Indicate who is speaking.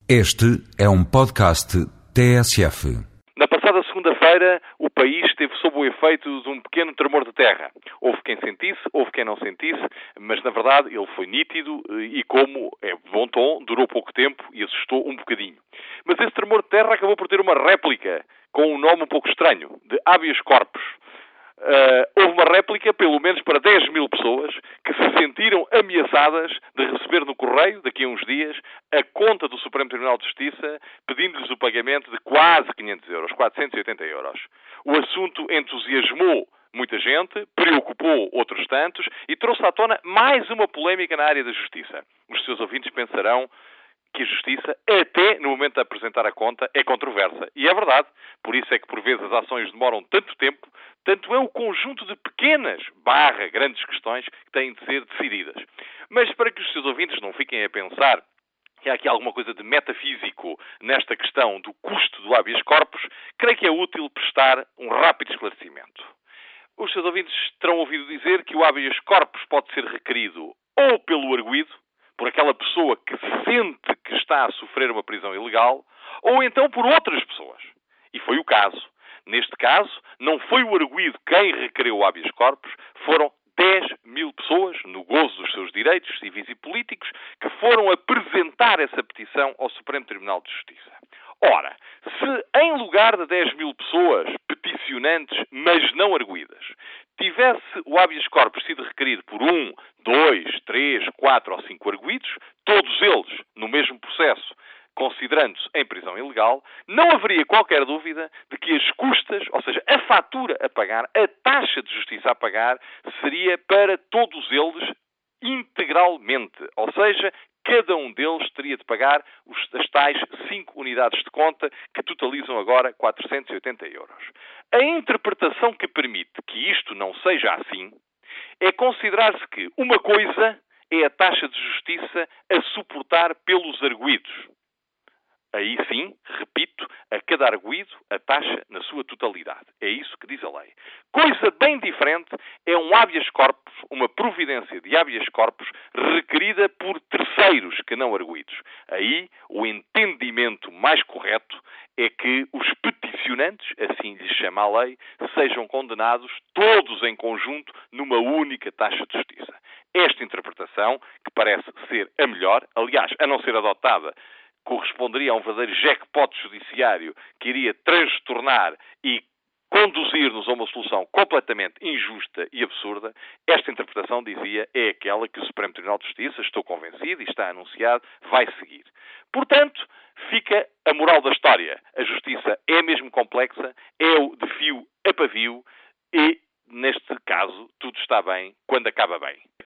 Speaker 1: Este é um podcast TSF.
Speaker 2: Na passada segunda-feira, o país esteve sob o efeito de um pequeno tremor de terra. Houve quem sentisse, houve quem não sentisse, mas na verdade ele foi nítido e, como é bom tom, durou pouco tempo e assustou um bocadinho. Mas esse tremor de terra acabou por ter uma réplica com um nome um pouco estranho, de habeas corpus. Houve uma réplica, pelo menos para 10 mil pessoas, que se sentiram ameaçadas de receber no correio, daqui a uns dias, a conta do Supremo Tribunal de Justiça, pedindo-lhes o pagamento de quase 500 euros, 480 euros. O assunto entusiasmou muita gente, preocupou outros tantos e trouxe à tona mais uma polémica na área da justiça. Os seus ouvintes pensarão que a justiça, até no momento de apresentar a conta, é controversa. E é verdade. Por isso é que, por vezes, as ações demoram tanto tempo, tanto é o conjunto de pequenas, grandes questões que têm de ser decididas. Mas para que os seus ouvintes não fiquem a pensar que há aqui alguma coisa de metafísico nesta questão do custo do habeas corpus, creio que é útil prestar um rápido esclarecimento. Os seus ouvintes terão ouvido dizer que o habeas corpus pode ser requerido ou pelo arguido, por aquela pessoa que sente que está a sofrer uma prisão ilegal, ou então por outras pessoas. E foi o caso. Neste caso, não foi o arguido quem requereu o habeas corpus, foram 10 mil pessoas, no gozo dos seus direitos civis e políticos, que foram apresentar essa petição ao Supremo Tribunal de Justiça. Ora, se em lugar de 10 mil pessoas peticionantes, mas não arguidas, tivesse o habeas corpus sido requerido por 1, 2, 3, 4 ou 5 arguidos, todos eles no mesmo processo, considerando-se em prisão ilegal, não haveria qualquer dúvida de que as custas, ou seja, a fatura a pagar, a taxa de justiça a pagar, seria para todos eles integralmente. Ou seja, cada um deles teria de pagar as tais 5 unidades de conta que totalizam agora 480 euros. A interpretação que permite que isto não seja assim é considerar-se que uma coisa é a taxa de justiça a suportar pelos arguidos. Aí sim, repito, a cada arguido a taxa na sua totalidade. É isso que diz a lei. Coisa bem diferente é um habeas corpus, uma providência de habeas corpus requerida por terceiros que não arguidos. Aí o entendimento mais correto é que os peticionantes, assim lhes chama a lei, sejam condenados todos em conjunto numa única taxa de justiça. Esta interpretação, que parece ser a melhor, aliás, a não ser adotada, corresponderia a um verdadeiro jackpot judiciário que iria transtornar e conduzir-nos a uma solução completamente injusta e absurda. Esta interpretação, dizia, é aquela que o Supremo Tribunal de Justiça, estou convencido e está anunciado, vai seguir. Portanto, fica a moral da história. A justiça é mesmo complexa, é o de fio a pavio e, neste caso, tudo está bem quando acaba bem.